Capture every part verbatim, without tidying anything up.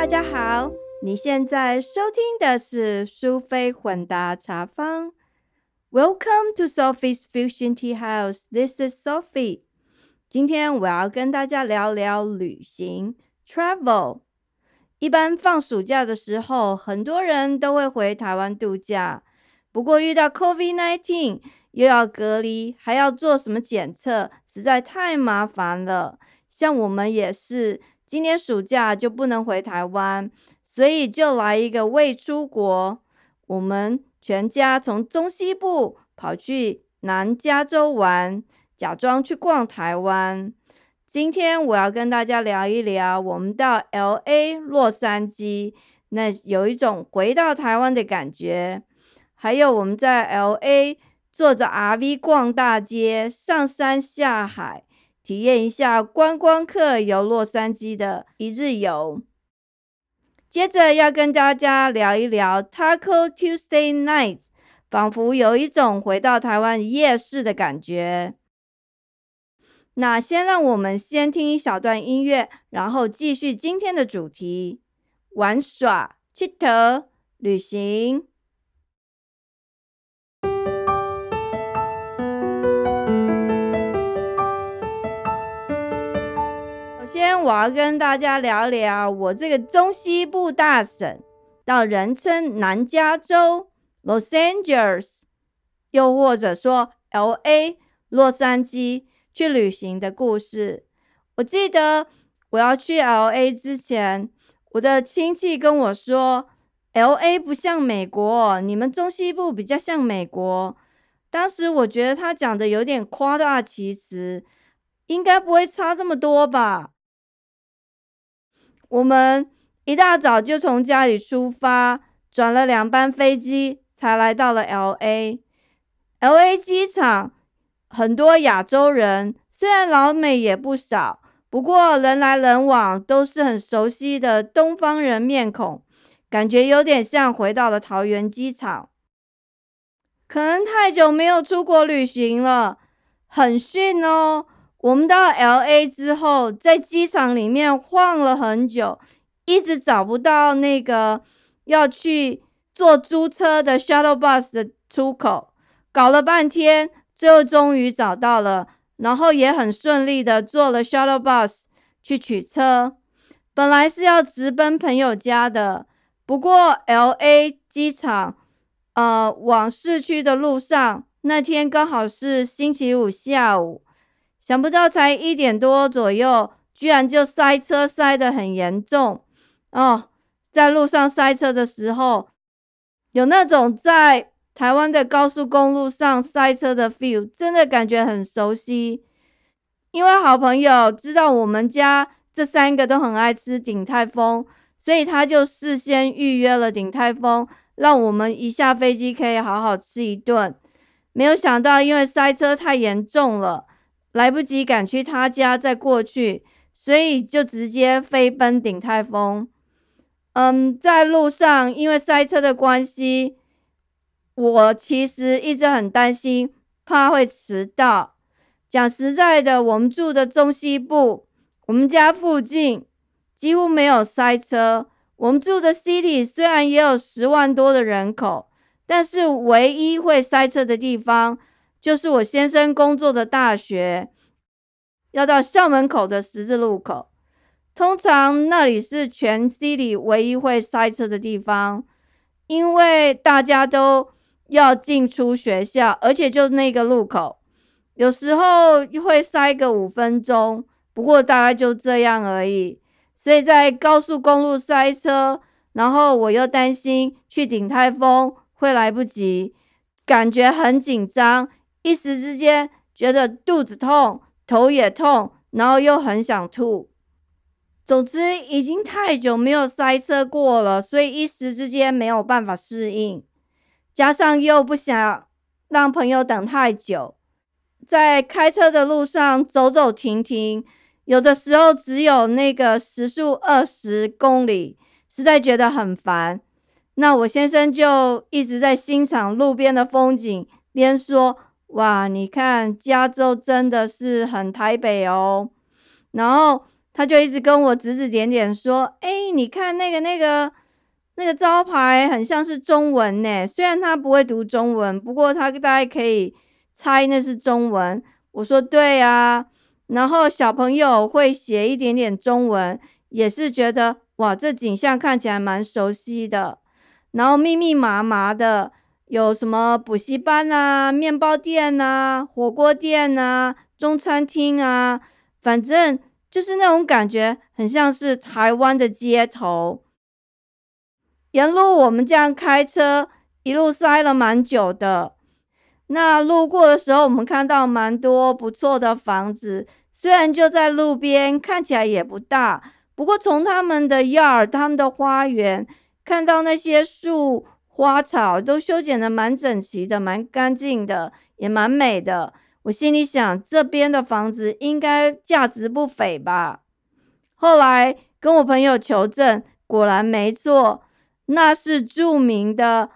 大家好，你现在收听的是苏菲混搭茶坊。Welcome to Sophie's Fusion Tea House. This is Sophie. 今天我要跟大家聊聊旅行 travel。一般放暑假的时候，很多人都会回台湾度假。不过遇到 COVID 十九 又要隔离，还要做什么检测，实在太麻烦了。像我们也是，今年暑假就不能回台湾，所以就来一个未出国。我们全家从中西部跑去南加州玩，假装去逛台湾。今天我要跟大家聊一聊我们到 L A 洛杉矶，那有一种回到台湾的感觉。还有我们在 L A 坐着 R V 逛大街，上山下海，体验一下观光客游洛杉矶的一日游。接着要跟大家聊一聊 Taco Tuesday Nights， 仿佛有一种回到台湾夜市的感觉。那先让我们先听一小段音乐，然后继续今天的主题：玩耍、佚佗、旅行。首先我要跟大家聊聊我这个中西部大省到人称南加州 Los Angeles， 又或者说 L A 洛杉矶去旅行的故事。我记得我要去 L A 之前，我的亲戚跟我说 L A 不像美国，你们中西部比较像美国。当时我觉得他讲的有点夸大其词，应该不会差这么多吧。我们一大早就从家里出发，转了两班飞机才来到了 L A。L A 机场很多亚洲人，虽然老美也不少，不过人来人往都是很熟悉的东方人面孔，感觉有点像回到了桃园机场。可能太久没有出国旅行了，很逊哦。我们到 L A 之后，在机场里面晃了很久，一直找不到那个要去坐租车的 shuttle bus 的出口，搞了半天，最后终于找到了，然后也很顺利的坐了 shuttle bus 去取车。本来是要直奔朋友家的，不过 L A 机场呃往市区的路上，那天刚好是星期五下午。想不到才一点多左右，居然就塞车塞得很严重哦！在路上塞车的时候，有那种在台湾的高速公路上塞车的 feel， 真的感觉很熟悉。因为好朋友知道我们家这三个都很爱吃鼎泰丰，所以他就事先预约了鼎泰丰，让我们一下飞机可以好好吃一顿。没有想到因为塞车太严重了，来不及赶去他家再过去，所以就直接飞奔鼎泰丰。嗯，在路上因为塞车的关系，我其实一直很担心，怕会迟到。讲实在的，我们住的中西部，我们家附近几乎没有塞车。我们住的 city 虽然也有十万多的人口，但是唯一会塞车的地方就是我先生工作的大学，要到校门口的十字路口。通常那里是全 city 唯一会塞车的地方，因为大家都要进出学校，而且就那个路口，有时候会塞个五分钟，不过大概就这样而已。所以在高速公路塞车，然后我又担心去鼎泰丰会来不及，感觉很紧张，一时之间觉得肚子痛，头也痛，然后又很想吐。总之已经太久没有塞车过了，所以一时之间没有办法适应，加上又不想让朋友等太久，在开车的路上走走停停，有的时候只有那个时速二十公里，实在觉得很烦。那我先生就一直在欣赏路边的风景，边说：哇，你看加州真的是很台北哦。然后他就一直跟我指指点点说，哎，你看那个那个那个招牌很像是中文呢，虽然他不会读中文，不过他大概可以猜那是中文。我说对啊，然后小朋友会写一点点中文，也是觉得哇，这景象看起来蛮熟悉的。然后密密麻麻的，有什么补习班啊、面包店啊、火锅店啊、中餐厅啊，反正就是那种感觉，很像是台湾的街头。沿路我们这样开车，一路塞了蛮久的。那路过的时候，我们看到蛮多不错的房子，虽然就在路边，看起来也不大，不过从他们的 yard、他们的花园，看到那些树、花草都修剪得蛮整齐的，蛮干净的，也蛮美的。我心里想，这边的房子应该价值不菲吧。后来跟我朋友求证，果然没错，那是著名的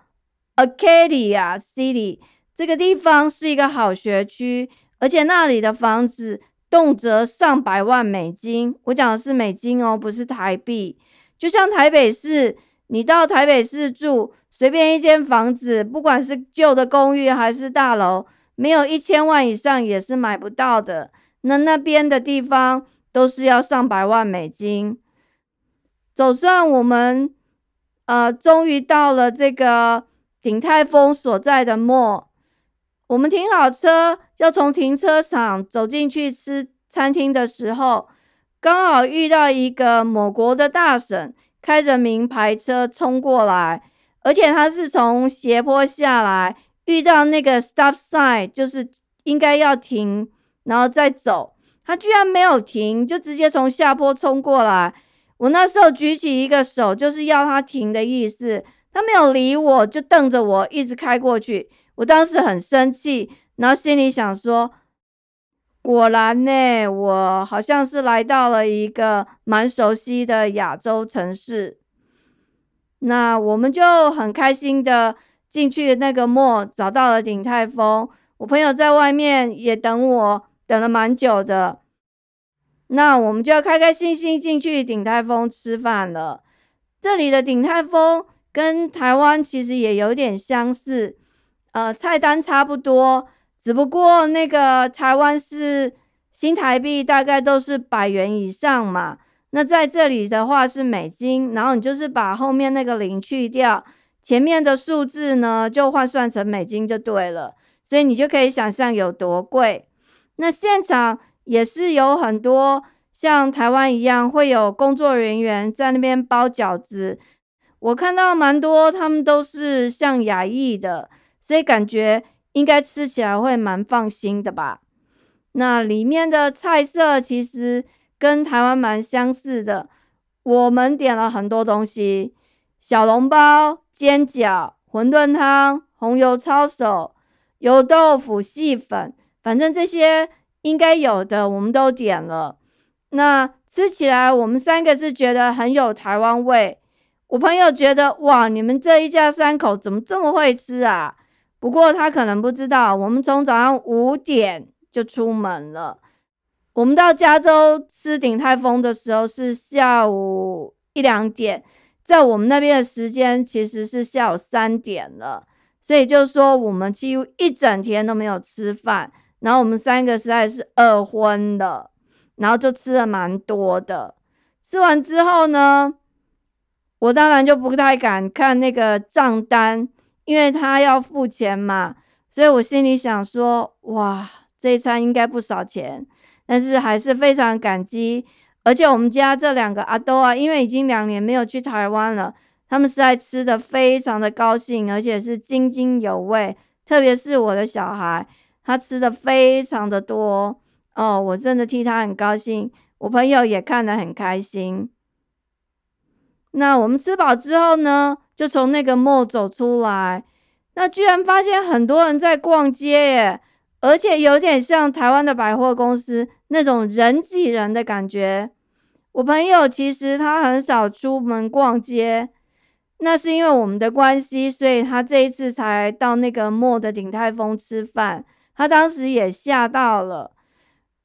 Arcadia City。这个地方是一个好学区，而且那里的房子动辄上百万美金。我讲的是美金哦，不是台币。就像台北市，你到台北市住，随便一间房子，不管是旧的公寓还是大楼，没有一千万以上也是买不到的。那那边的地方都是要上百万美金。总算我们呃终于到了这个鼎泰丰所在的 mall。我们停好车，要从停车场走进去吃餐厅的时候，刚好遇到一个某国的大婶开着名牌车冲过来，而且他是从斜坡下来，遇到那个 stop sign， 就是应该要停，然后再走，他居然没有停，就直接从下坡冲过来。我那时候举起一个手，就是要他停的意思，他没有理我，就瞪着我一直开过去。我当时很生气，然后心里想说，果然呢，我好像是来到了一个蛮熟悉的亚洲城市。那我们就很开心的进去那个 mall， 找到了鼎泰丰。我朋友在外面也等我，等了蛮久的。那我们就要开开心心进去鼎泰丰吃饭了。这里的鼎泰丰跟台湾其实也有点相似，呃，菜单差不多，只不过那个台湾是新台币大概都是百元以上嘛，那在这里的话是美金，然后你就是把后面那个零去掉，前面的数字呢就换算成美金就对了，所以你就可以想象有多贵。那现场也是有很多像台湾一样会有工作人员在那边包饺子，我看到蛮多他们都是像亚裔的，所以感觉应该吃起来会蛮放心的吧。那里面的菜色其实跟台湾蛮相似的，我们点了很多东西，小笼包、煎饺、馄饨汤、红油抄手、油豆腐、细粉，反正这些应该有的我们都点了。那吃起来我们三个是觉得很有台湾味，我朋友觉得哇，你们这一家三口怎么这么会吃啊？不过他可能不知道，我们从早上五点就出门了。我们到加州吃鼎泰丰的时候是下午一两点，在我们那边的时间其实是下午三点了，所以就是说我们几乎一整天都没有吃饭，然后我们三个实在是饿昏了，然后就吃了蛮多的。吃完之后呢，我当然就不太敢看那个账单，因为他要付钱嘛，所以我心里想说，哇，这一餐应该不少钱，但是还是非常感激。而且我们家这两个阿兜啊，因为已经两年没有去台湾了，他们实在吃的非常的高兴，而且是津津有味。特别是我的小孩，他吃的非常的多哦，我真的替他很高兴。我朋友也看得很开心。那我们吃饱之后呢，就从那个 mall 走出来，那居然发现很多人在逛街耶，而且有点像台湾的百货公司那种人挤人的感觉。我朋友其实他很少出门逛街，那是因为我们的关系，所以他这一次才到那个 mall 的鼎泰丰吃饭，他当时也吓到了。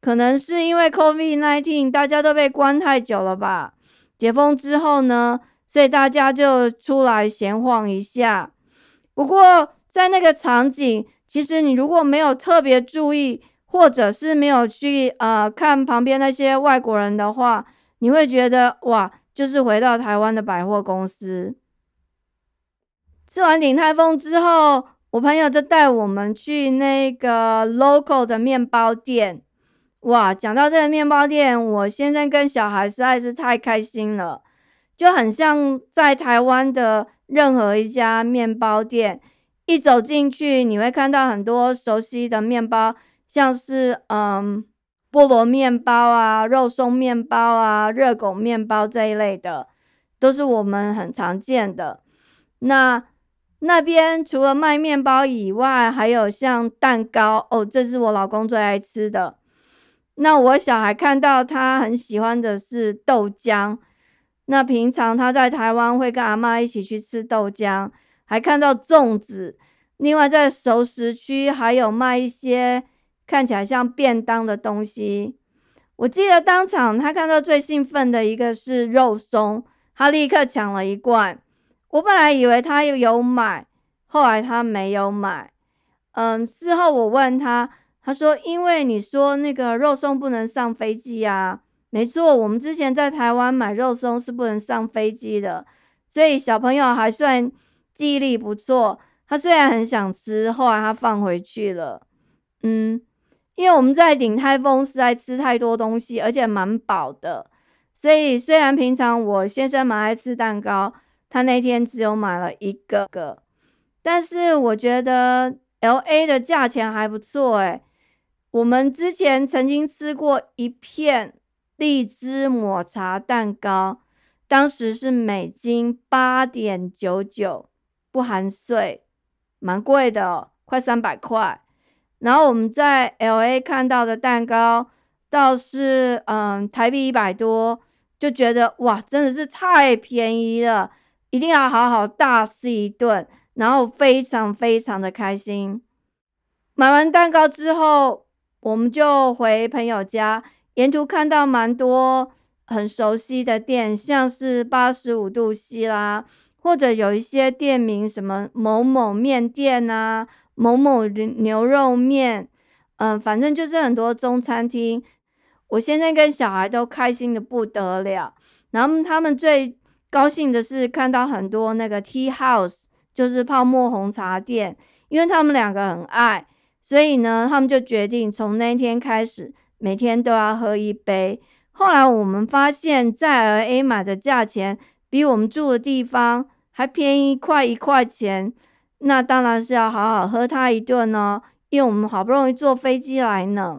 可能是因为 COVID 十九 大家都被关太久了吧，解封之后呢，所以大家就出来闲晃一下。不过在那个场景，其实你如果没有特别注意，或者是没有去呃看旁边那些外国人的话，你会觉得哇，就是回到台湾的百货公司。吃完鼎泰丰之后，我朋友就带我们去那个 local 的面包店。哇，讲到这个面包店，我先生跟小孩实在是太开心了，就很像在台湾的任何一家面包店，一走进去你会看到很多熟悉的面包，像是嗯菠萝面包啊、肉松面包啊、热狗面包这一类的，都是我们很常见的。那那边除了卖面包以外，还有像蛋糕哦，这是我老公最爱吃的。那我小孩看到他很喜欢的是豆浆，那平常他在台湾会跟阿嬷一起去吃豆浆，还看到粽子。另外在熟食区还有卖一些看起来像便当的东西。我记得当场他看到最兴奋的一个是肉松，他立刻抢了一罐。我本来以为他有买，后来他没有买。嗯，事后我问他，他说因为你说那个肉松不能上飞机啊。没错，我们之前在台湾买肉松是不能上飞机的，所以小朋友还算记忆力不错。他虽然很想吃，后来他放回去了。嗯，因为我们在鼎泰丰实在吃太多东西，而且蛮饱的，所以虽然平常我先生蛮爱吃蛋糕，他那天只有买了一个个，但是我觉得 L A 的价钱还不错诶。我们之前曾经吃过一片荔枝抹茶蛋糕，当时是美金八点九九，不含税，蛮贵的哦，快三百块。然后我们在 L A 看到的蛋糕倒是嗯台币一百多，就觉得哇真的是太便宜了，一定要好好大吃一顿，然后非常非常的开心。买完蛋糕之后，我们就回朋友家，沿途看到蛮多很熟悉的店，像是八十五度 C 啦，或者有一些店名什么某某面店啊，某某牛肉面，嗯，反正就是很多中餐厅。我先生跟小孩都开心的不得了，然后他们最高兴的是看到很多那个 tea house， 就是泡沫红茶店，因为他们两个很爱，所以呢，他们就决定从那天开始每天都要喝一杯。后来我们发现，在 L A 买的价钱比我们住的地方还便宜快一块钱，那当然是要好好喝它一顿哦，因为我们好不容易坐飞机来呢。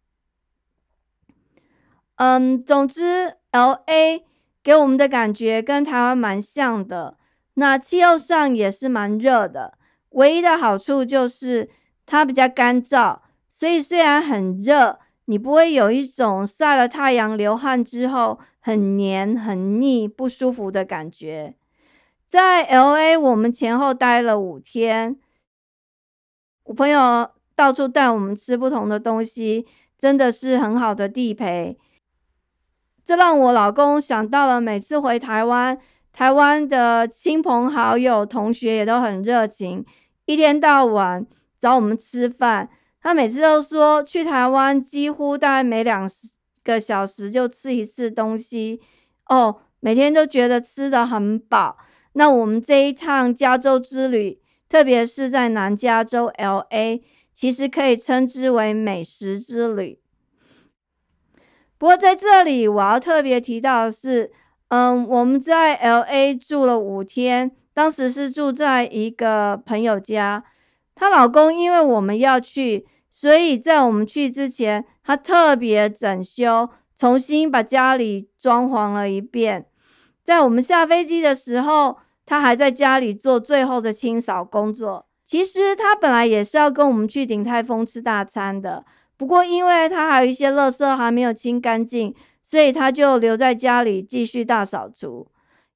嗯，总之 L A 给我们的感觉跟台湾蛮像的，那气候上也是蛮热的，唯一的好处就是它比较干燥，所以虽然很热，你不会有一种晒了太阳流汗之后很黏很腻不舒服的感觉。在 L A 我们前后待了五天，我朋友到处带我们吃不同的东西，真的是很好的地陪。这让我老公想到了每次回台湾，台湾的亲朋好友同学也都很热情，一天到晚找我们吃饭。他每次都说去台湾几乎大概每两个小时就吃一次东西哦，每天都觉得吃得很饱。那我们这一趟加州之旅，特别是在南加州 L A， 其实可以称之为美食之旅。不过在这里我要特别提到的是，嗯，我们在 L A 住了五天，当时是住在一个朋友家，她老公因为我们要去，所以在我们去之前，他特别整修，重新把家里装潢了一遍。在我们下飞机的时候，他还在家里做最后的清扫工作。其实他本来也是要跟我们去鼎泰丰吃大餐的，不过因为他还有一些垃圾还没有清干净，所以他就留在家里继续大扫除。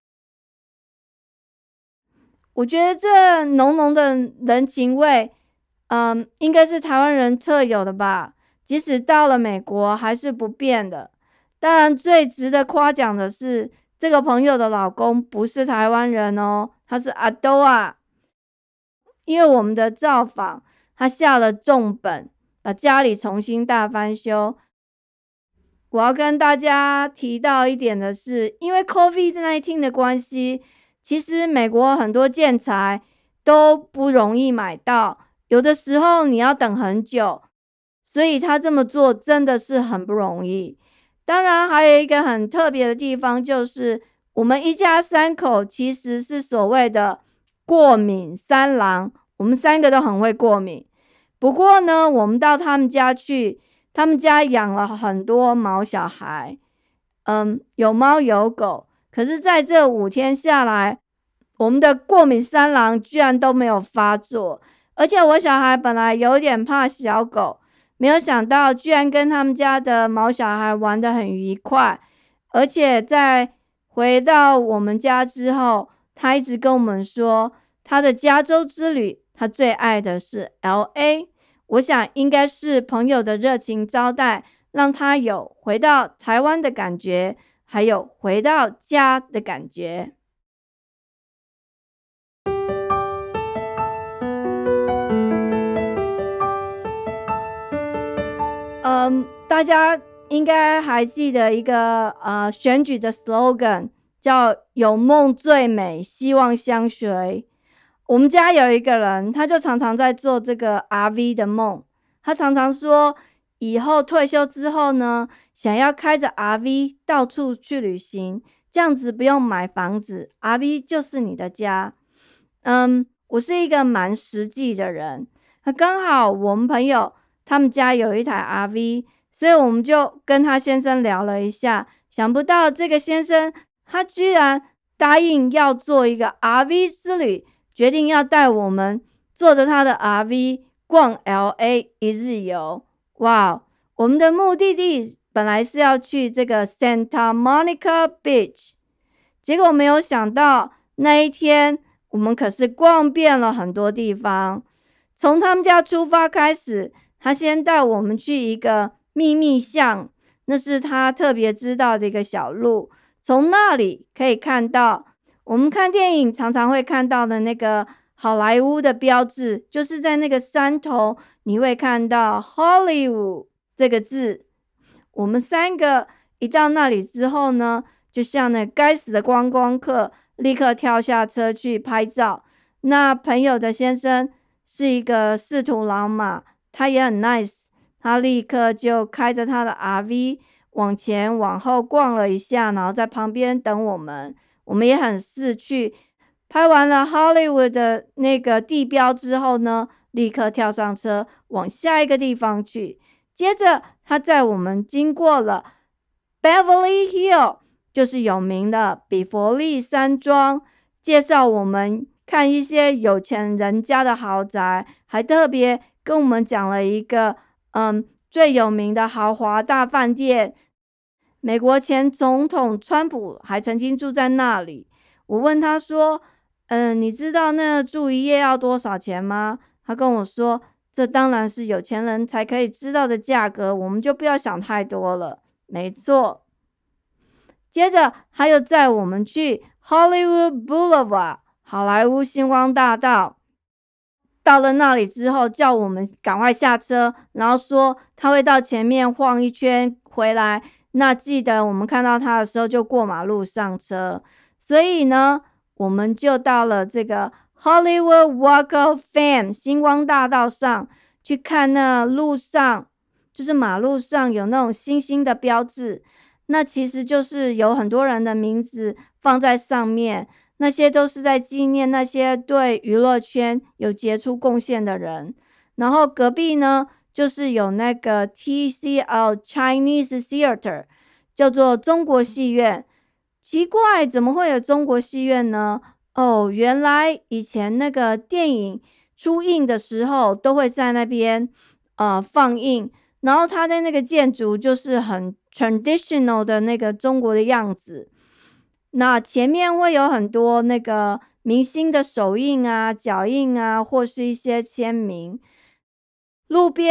我觉得这浓浓的人情味，嗯，应该是台湾人特有的吧。 即使到了美国还是不变的。当然最值得夸奖的是，这个朋友的老公不是台湾人哦，他是阿兜啊。因为我们的造访，他下了重本，把家里重新大翻修。我要跟大家提到一点的是，因为 COVID 十九 的关系，其实美国很多建材都不容易买到，有的时候你要等很久，所以他这么做真的是很不容易。当然还有一个很特别的地方，就是我们一家三口其实是所谓的过敏三郎，我们三个都很会过敏。不过呢，我们到他们家去，他们家养了很多毛小孩，嗯，有猫有狗。可是在这五天下来，我们的过敏三郎居然都没有发作。而且我小孩本来有点怕小狗，没有想到居然跟他们家的毛小孩玩得很愉快。而且在回到我们家之后，他一直跟我们说，他的加州之旅他最爱的是 L A。 我想应该是朋友的热情招待，让他有回到台湾的感觉，还有回到家的感觉。嗯，大家应该还记得一个呃选举的 slogan， 叫有梦最美，希望相随。我们家有一个人，他就常常在做这个 R V 的梦。他常常说，以后退休之后呢，想要开着 R V 到处去旅行，这样子不用买房子， R V 就是你的家。嗯，我是一个蛮实际的人，那刚好我们朋友他们家有一台 R V， 所以我们就跟他先生聊了一下。想不到这个先生他居然答应要做一个 R V 之旅，决定要带我们坐着他的 R V 逛 L A 一日游。哇，我们的目的地本来是要去这个 Santa Monica Beach， 结果没有想到那一天我们可是逛遍了很多地方。从他们家出发开始，他先带我们去一个秘密巷，那是他特别知道的一个小路，从那里可以看到我们看电影常常会看到的那个好莱坞的标志，就是在那个山头你会看到 Hollywood 这个字。我们三个一到那里之后呢，就像那该死的观光客，立刻跳下车去拍照。那朋友的先生是一个仕途老马，他也很 nice， 他立刻就开着他的 R V 往前往后逛了一下，然后在旁边等我们。我们也很识趣，拍完了 Hollywood 的那个地标之后呢，立刻跳上车往下一个地方去。接着他载我们经过了 Beverly Hills， 就是有名的比佛利山庄，介绍我们看一些有钱人家的豪宅，还特别跟我们讲了一个嗯最有名的豪华大饭店，美国前总统川普还曾经住在那里。我问他说，嗯，你知道那住一夜要多少钱吗？他跟我说，这当然是有钱人才可以知道的价格，我们就不要想太多了。没错。接着他又载我们去 Hollywood Boulevard， 好莱坞星光大道。到了那里之后，叫我们赶快下车，然后说他会到前面晃一圈回来。那记得我们看到他的时候就过马路上车。所以呢，我们就到了这个 Hollywood Walk of Fame 星光大道上去看，那路上就是马路上有那种星星的标志，那其实就是有很多人的名字放在上面，那些都是在纪念那些对娱乐圈有杰出贡献的人。然后隔壁呢，就是有那个 T C L Chinese Theater， 叫做中国戏院。奇怪，怎么会有中国戏院呢？哦，原来以前那个电影出映的时候都会在那边呃放映，然后它的那个建筑就是很 traditional 的那个中国的样子。那前面会有很多那个明星的手印啊、脚印啊，或是一些签名。路边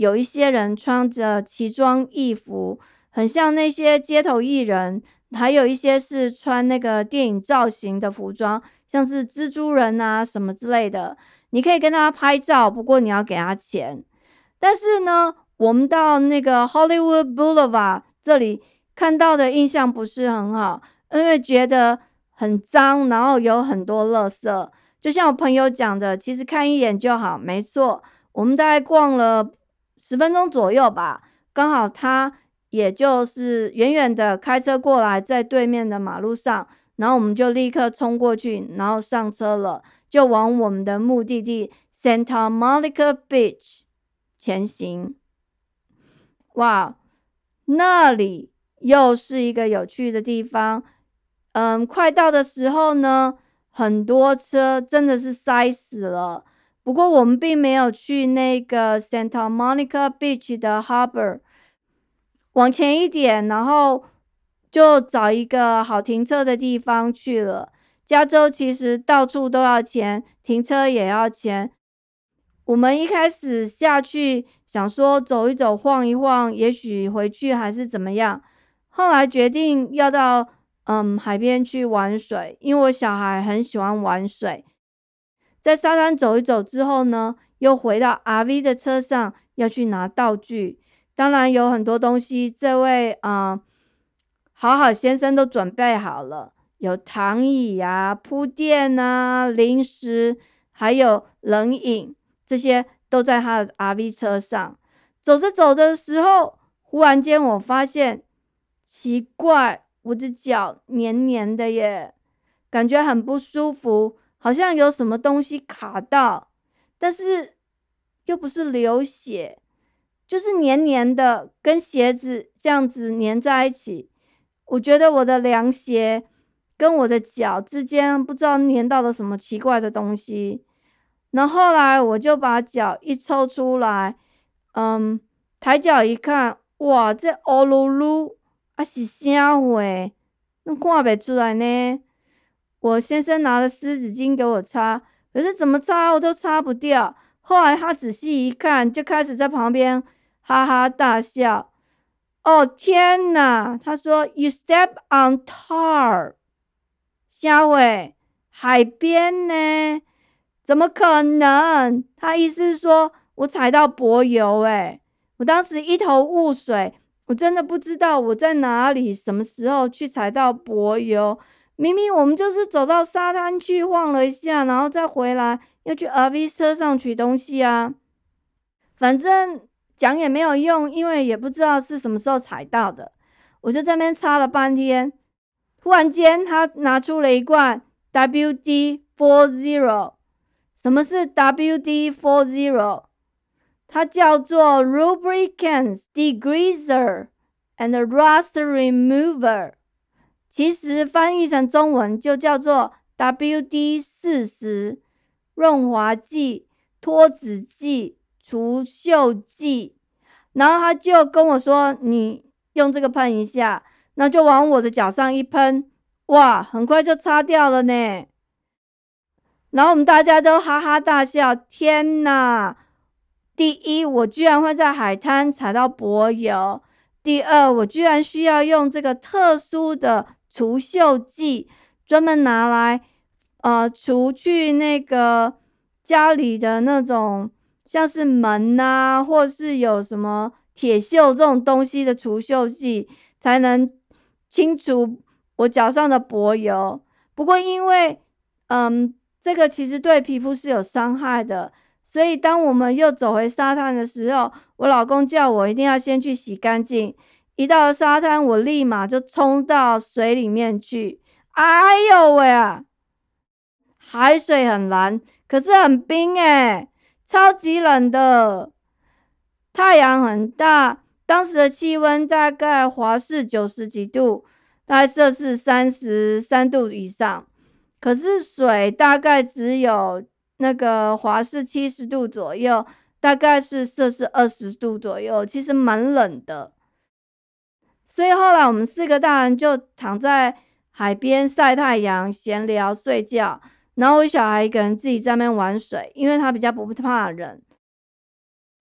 有一些人穿着奇装异服，很像那些街头艺人，还有一些是穿那个电影造型的服装，像是蜘蛛人啊什么之类的。你可以跟他拍照，不过你要给他钱。但是呢，我们到那个 Hollywood Boulevard 这里看到的印象不是很好，因为觉得很脏，然后有很多垃圾。就像我朋友讲的，其实看一眼就好，没错。我们大概逛了十分钟左右吧，刚好他也就是远远的开车过来，在对面的马路上，然后我们就立刻冲过去，然后上车了，就往我们的目的地 Santa Monica Beach 前行。哇，那里又是一个有趣的地方。嗯，快到的时候呢，很多车真的是塞死了。不过我们并没有去那个 Santa Monica Beach 的 Harbor， 往前一点，然后就找一个好停车的地方去了。加州其实到处都要钱，停车也要钱。我们一开始下去想说走一走晃一晃，也许回去还是怎么样，后来决定要到嗯海边去玩水，因为我小孩很喜欢玩水。在沙滩走一走之后呢，又回到 R V 的车上要去拿道具。当然有很多东西这位嗯好好先生都准备好了，有躺椅啊、铺垫啊、零食，还有冷饮，这些都在他的 R V 车上。走着走的时候，忽然间我发现奇怪，我的脚黏黏的耶，感觉很不舒服，好像有什么东西卡到，但是又不是流血，就是黏黏的，跟鞋子这样子黏在一起。我觉得我的凉鞋跟我的脚之间不知道黏到了什么奇怪的东西。然后后来我就把脚一抽出来，嗯，抬脚一看，哇，这乌噜噜啊是啥货？那看不出来呢。我先生拿了湿纸巾给我擦，可是怎么擦我都擦不掉。后来他仔细一看，就开始在旁边哈哈大笑。哦天哪！他说 You step on tar， 啥话？海边呢？怎么可能？他意思是说我踩到柏油诶。我当时一头雾水，我真的不知道我在哪里，什么时候去踩到柏油。明明我们就是走到沙滩去晃了一下，然后再回来要去 R V 车上取东西啊。反正讲也没有用，因为也不知道是什么时候踩到的。我就在那边擦了半天，忽然间他拿出了一罐 W D 四十。什么是 W D 四十？ 它叫做 Lubricant Degreaser and Rust Remover， 其实翻译成中文就叫做 W D 四十， 润滑剂、脱脂剂、除锈剂。然后他就跟我说，你用这个喷一下，那就往我的脚上一喷，哇，很快就擦掉了呢。然后我们大家都哈哈大笑，天哪！第一，我居然会在海滩踩到柏油；第二，我居然需要用这个特殊的除锈剂，专门拿来呃除去那个家里的那种像是门啊，或是有什么铁锈这种东西的除锈剂，才能清除我脚上的柏油。不过因为嗯。这个其实对皮肤是有伤害的，所以当我们又走回沙滩的时候，我老公叫我一定要先去洗干净。一到了沙滩，我立马就冲到水里面去。哎呦喂啊！海水很蓝，可是很冰诶，超级冷的。太阳很大，当时的气温大概华氏九十几度，大概摄氏三十三度以上。可是水大概只有那个华氏七十度左右，大概是摄氏二十度左右，其实蛮冷的。所以后来我们四个大人就躺在海边晒太阳、闲聊、睡觉，然后我小孩一个人自己在那边玩水，因为他比较不怕冷。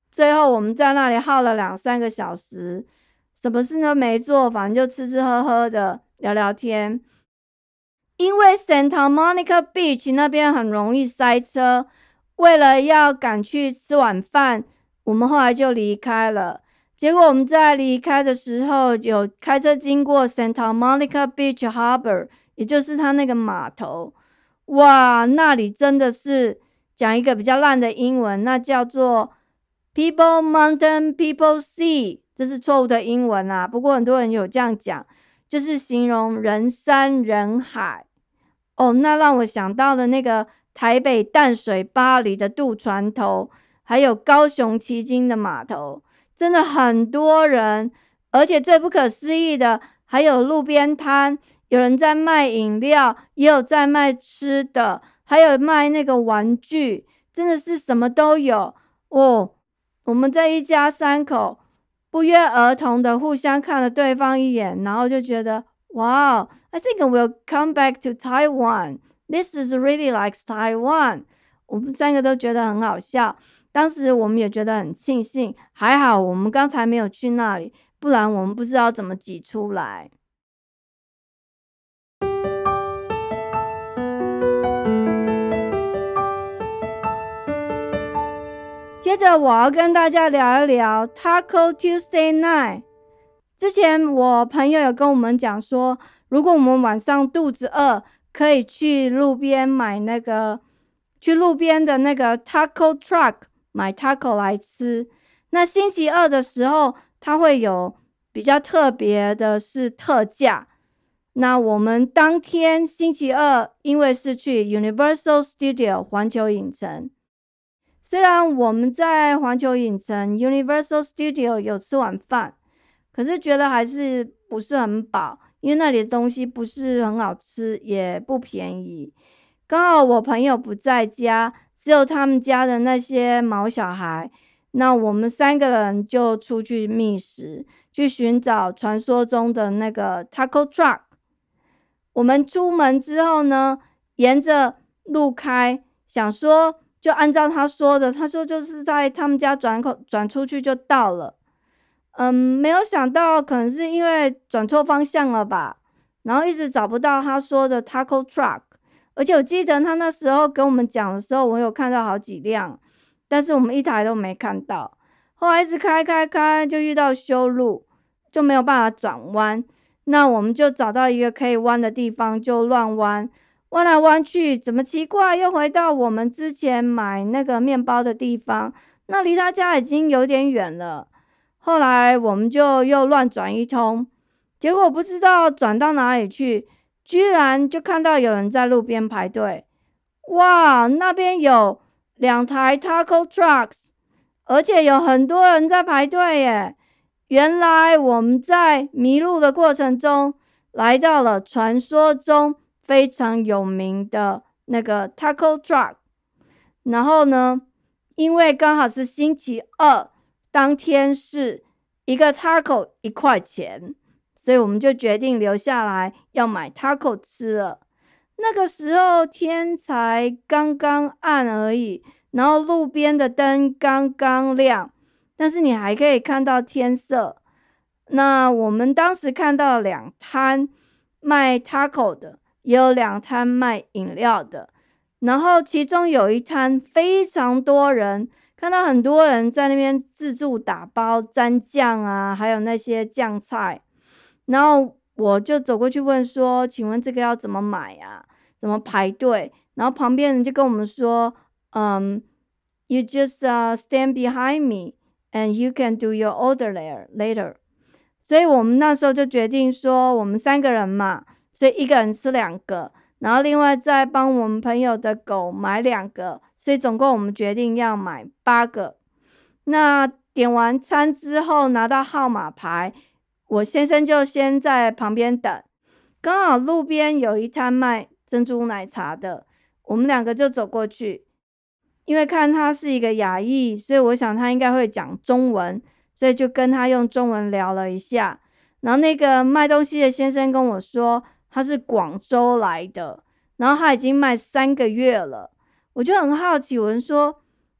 最后我们在那里耗了两三个小时，什么事都没做，反正就吃吃喝喝的聊聊天。因为 Santa Monica Beach 那边很容易塞车，为了要赶去吃晚饭，我们后来就离开了。结果我们在离开的时候，有开车经过 Santa Monica Beach Harbor， 也就是它那个码头。哇，那里真的是讲一个比较烂的英文，那叫做 People Mountain People Sea， 这是错误的英文啊，不过很多人有这样讲，就是形容人山人海。哦，那让我想到了那个台北淡水巴黎的渡船头，还有高雄旗津的码头，真的很多人，而且最不可思议的还有路边摊，有人在卖饮料，也有在卖吃的，还有卖那个玩具，真的是什么都有哦。我们这一家三口不约而同的互相看了对方一眼，然后就觉得Wow, I think we'll come back to Taiwan. This is really like Taiwan. 我们三个都觉得很好笑，当时我们也觉得很庆幸，还好我们刚才没有去那里，不然我们不知道怎么挤出来。接着我要跟大家聊一聊 Taco Tuesday Night。之前我朋友有跟我们讲说，如果我们晚上肚子饿，可以去路边买那个，去路边的那个 taco truck 买 taco 来吃。那星期二的时候，它会有比较特别的是特价。那我们当天星期二，因为是去 Universal Studio 环球影城，虽然我们在环球影城 Universal Studio 有吃晚饭，可是觉得还是不是很饱，因为那里的东西不是很好吃，也不便宜。刚好我朋友不在家，只有他们家的那些毛小孩，那我们三个人就出去觅食，去寻找传说中的那个 taco truck。我们出门之后呢，沿着路开，想说就按照他说的，他说就是在他们家转口转出去就到了。嗯，没有想到可能是因为转错方向了吧，然后一直找不到他说的 taco truck。而且我记得他那时候跟我们讲的时候，我有看到好几辆，但是我们一台都没看到。后来一直开开开，就遇到修路，就没有办法转弯。那我们就找到一个可以弯的地方，就乱弯，弯来弯去，怎么奇怪又回到我们之前买那个面包的地方，那离他家已经有点远了。后来我们就又乱转一通，结果不知道转到哪里去，居然就看到有人在路边排队。哇，那边有两台 taco trucks， 而且有很多人在排队耶。原来我们在迷路的过程中，来到了传说中非常有名的那个 taco truck。然后呢，因为刚好是星期二，当天是一个 taco 一块钱，所以我们就决定留下来要买 taco 吃了。那个时候天才刚刚暗而已，然后路边的灯刚刚亮，但是你还可以看到天色。那我们当时看到两摊卖 taco 的，也有两摊卖饮料的，然后其中有一摊非常多人，看到很多人在那边自助打包沾酱啊，还有那些酱菜。然后我就走过去问说，请问这个要怎么买啊？怎么排队？然后旁边人就跟我们说，嗯 You just、uh, stand behind me and you can do your order there later。 所以我们那时候就决定说，我们三个人嘛，所以一个人吃两个，然后另外再帮我们朋友的狗买两个，所以总共我们决定要买八个。那点完餐之后拿到号码牌，我先生就先在旁边等，刚好路边有一摊卖珍珠奶茶的，我们两个就走过去。因为看他是一个亚裔，所以我想他应该会讲中文，所以就跟他用中文聊了一下。然后那个卖东西的先生跟我说，他是广州来的，然后他已经卖三个月了。我就很好奇，我说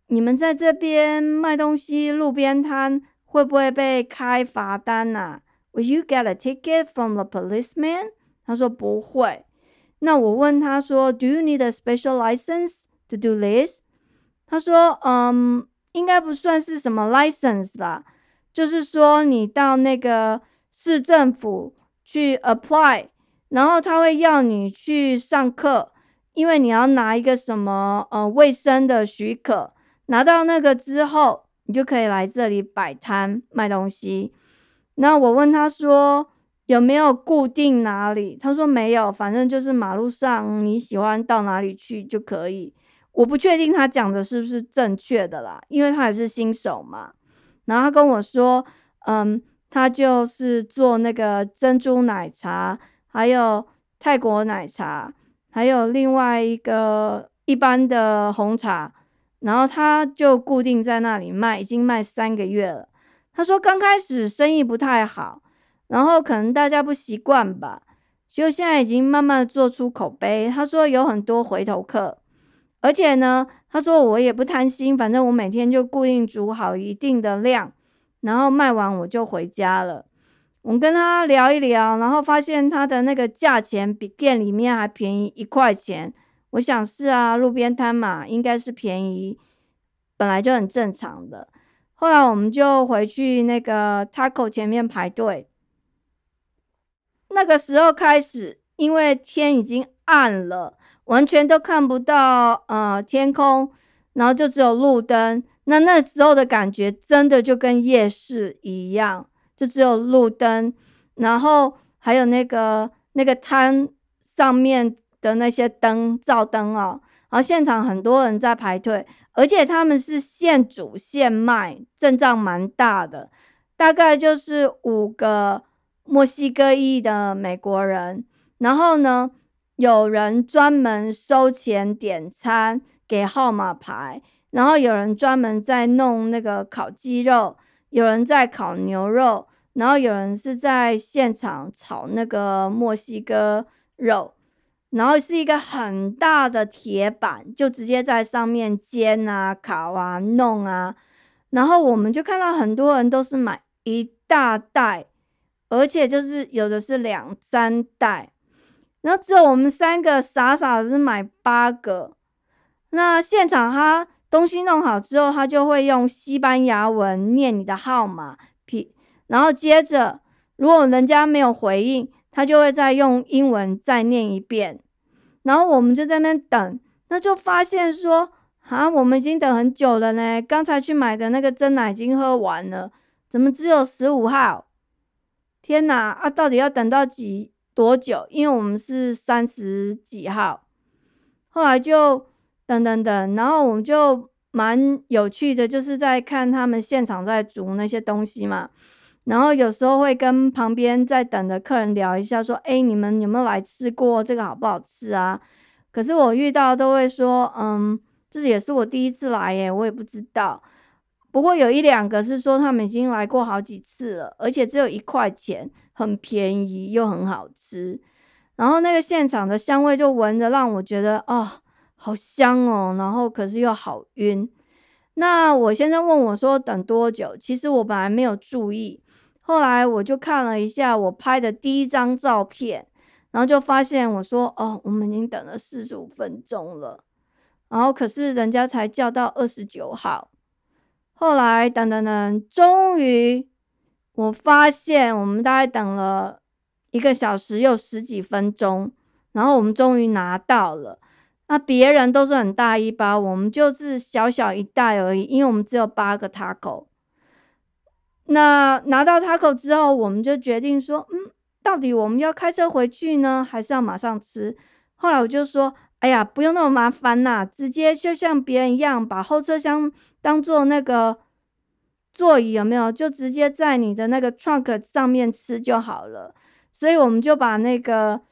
你们在这边卖东西路边摊会不会被开罚单啊？ Will you get a ticket from the policeman？ 他说不会。那我问他说 Do you need a special license to do this？ 他说嗯，应该不算是什么 license 啦，就是说你到那个市政府去 apply， 然后他会要你去上课，因为你要拿一个什么呃卫生的许可，拿到那个之后你就可以来这里摆摊卖东西。那我问他说有没有固定哪里，他说没有，反正就是马路上你喜欢到哪里去就可以。我不确定他讲的是不是正确的啦，因为他也是新手嘛。然后他跟我说嗯，他就是做那个珍珠奶茶，还有泰国奶茶，还有另外一个一般的红茶，然后他就固定在那里卖，已经卖三个月了。他说刚开始生意不太好，然后可能大家不习惯吧，就现在已经慢慢做出口碑。他说有很多回头客，而且呢，他说我也不贪心，反正我每天就固定煮好一定的量，然后卖完我就回家了。我跟他聊一聊，然后发现他的那个价钱比店里面还便宜一块钱。我想是啊，路边摊嘛，应该是便宜，本来就很正常的。后来我们就回去那个 Taco 前面排队。那个时候开始，因为天已经暗了，完全都看不到呃天空，然后就只有路灯。那那时候的感觉真的就跟夜市一样，就只有路灯，然后还有那个那个摊上面的那些灯照灯哦，然后现场很多人在排队，而且他们是现煮现卖，阵仗蛮大的，大概就是五个墨西哥裔的美国人，然后呢，有人专门收钱点餐给号码牌，然后有人专门在弄那个烤鸡肉，有人在烤牛肉，然后有人是在现场炒那个墨西哥肉，然后是一个很大的铁板，就直接在上面煎啊、烤啊、弄啊，然后我们就看到很多人都是买一大袋，而且就是有的是两三袋，然后只有我们三个傻傻的是买八个。那现场他东西弄好之后，他就会用西班牙文念你的号码，然后接着如果人家没有回应，他就会再用英文再念一遍，然后我们就在那边等，那就发现说啊，我们已经等很久了呢，刚才去买的那个珍奶已经喝完了，怎么只有十五号？天哪，啊，到底要等到几多久？因为我们是三十几号，后来就等等等，然后我们就蛮有趣的，就是在看他们现场在煮那些东西嘛，然后有时候会跟旁边在等的客人聊一下，说，哎，你们有没有来吃过？这个好不好吃啊？可是我遇到都会说，嗯，这也是我第一次来耶，我也不知道。不过有一两个是说他们已经来过好几次了，而且只有一块钱，很便宜又很好吃。然后那个现场的香味就闻着让我觉得哦，好香哦，然后可是又好晕。那我先生问我说等多久，其实我本来没有注意，后来我就看了一下我拍的第一张照片，然后就发现我说哦，我们已经等了四十五分钟了，然后可是人家才叫到二十九号。后来等等等，终于我发现我们大概等了一个小时又十几分钟，然后我们终于拿到了。那别人都是很大一包，我们就是小小一袋而已，因为我们只有八个 taco。那拿到 taco 之后，我们就决定说，嗯，到底我们要开车回去呢，还是要马上吃？后来我就说，哎呀，不用那么麻烦啦，直接就像别人一样，把后车厢当做那个座椅，有没有？就直接在你的那个 trunk 上面吃就好了。所以我们就把那个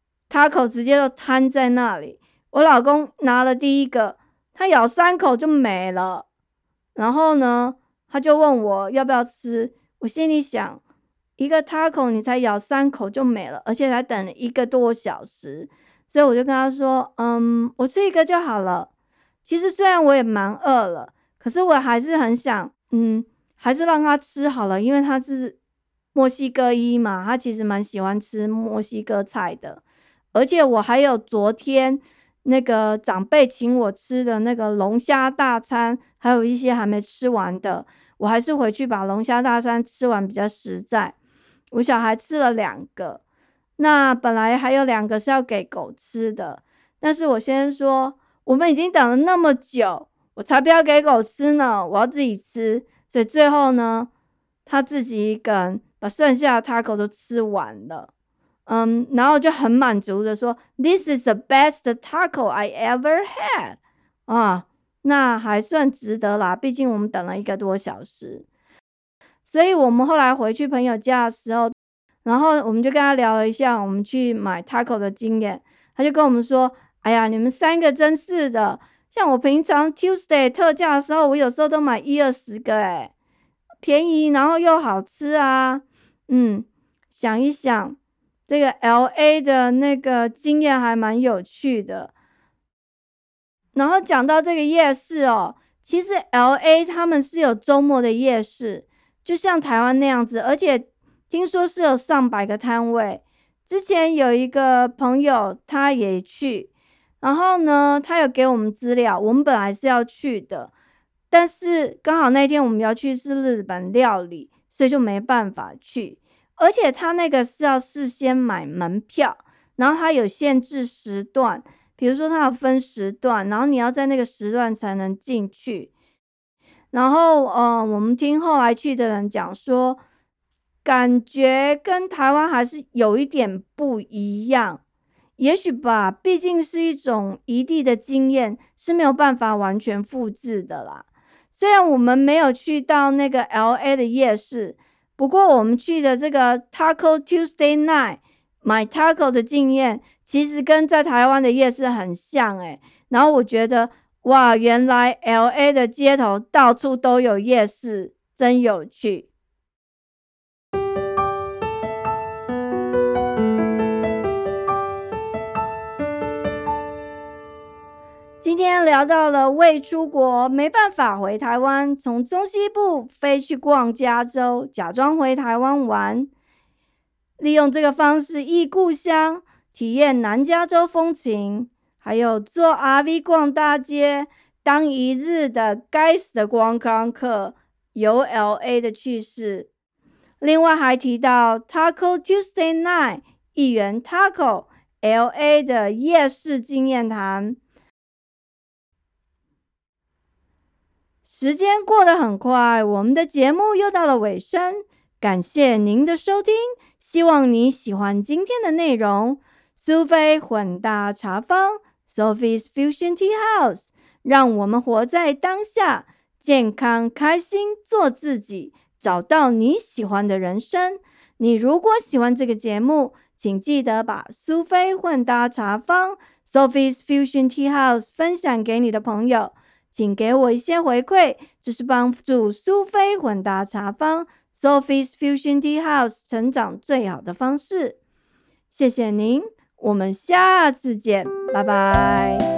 taco 直接就摊在那里。我老公拿了第一个，他咬三口就没了。然后呢，他就问我要不要吃。我心里想，一个 taco 你才咬三口就没了，而且才等了一个多小时。所以我就跟他说，嗯，我吃一个就好了。其实虽然我也蛮饿了， 可是我还是很想，嗯，还是让他吃好了，因为他是墨西哥裔嘛，他其实蛮喜欢吃墨西哥菜的。而且我还有昨天那个长辈请我吃的那个龙虾大餐，还有一些还没吃完的，我还是回去把龙虾大餐吃完比较实在。我小孩吃了两个，那本来还有两个是要给狗吃的，但是我先说我们已经等了那么久，我才不要给狗吃呢，我要自己吃。所以最后呢，他自己一个人把剩下的 taco 都吃完了。嗯，然后就很满足的说 This is the best taco I ever had 啊，那还算值得啦，毕竟我们等了一个多小时。所以我们后来回去朋友家的时候，然后我们就跟他聊了一下我们去买 taco 的经验。他就跟我们说，哎呀，你们三个真是的，像我平常 Tuesday 特价的时候，我有时候都买一二十个诶，便宜然后又好吃啊。嗯，想一想这个 L A 的那个经验还蛮有趣的。然后讲到这个夜市哦，其实 L A 他们是有周末的夜市，就像台湾那样子，而且听说是有上百个摊位。之前有一个朋友他也去，然后呢他有给我们资料，我们本来是要去的，但是刚好那天我们要去是日本料理，所以就没办法去。而且他那个是要事先买门票，然后他有限制时段，比如说他有分时段，然后你要在那个时段才能进去。然后呃，我们听后来去的人讲说，感觉跟台湾还是有一点不一样，也许吧，毕竟是一种异地的经验，是没有办法完全复制的啦。虽然我们没有去到那个 L A 的夜市，不过我们去的这个 Taco Tuesday Night 买 taco 的经验，其实跟在台湾的夜市很像诶。然后我觉得，哇，原来 L A 的街头到处都有夜市，真有趣。今天聊到了未出国没办法回台湾，从中西部飞去逛加州，假装回台湾玩，利用这个方式忆故乡，体验南加州风情，还有坐 R V 逛大街，当一日的该死的观光客，游 L A 的趣事。另外还提到 Taco Tuesday Night 一元 Taco L A 的夜市经验谈。时间过得很快，我们的节目又到了尾声，感谢您的收听，希望你喜欢今天的内容。苏菲混搭茶坊 Sophie's Fusion Tea House， 让我们活在当下，健康开心做自己，找到你喜欢的人生。你如果喜欢这个节目，请记得把苏菲混搭茶坊 Sophie's Fusion Tea House 分享给你的朋友，请给我一些回馈，这是帮助苏菲混搭茶坊 Sophie's Fusion Tea House 成长最好的方式。谢谢您，我们下次见，拜拜。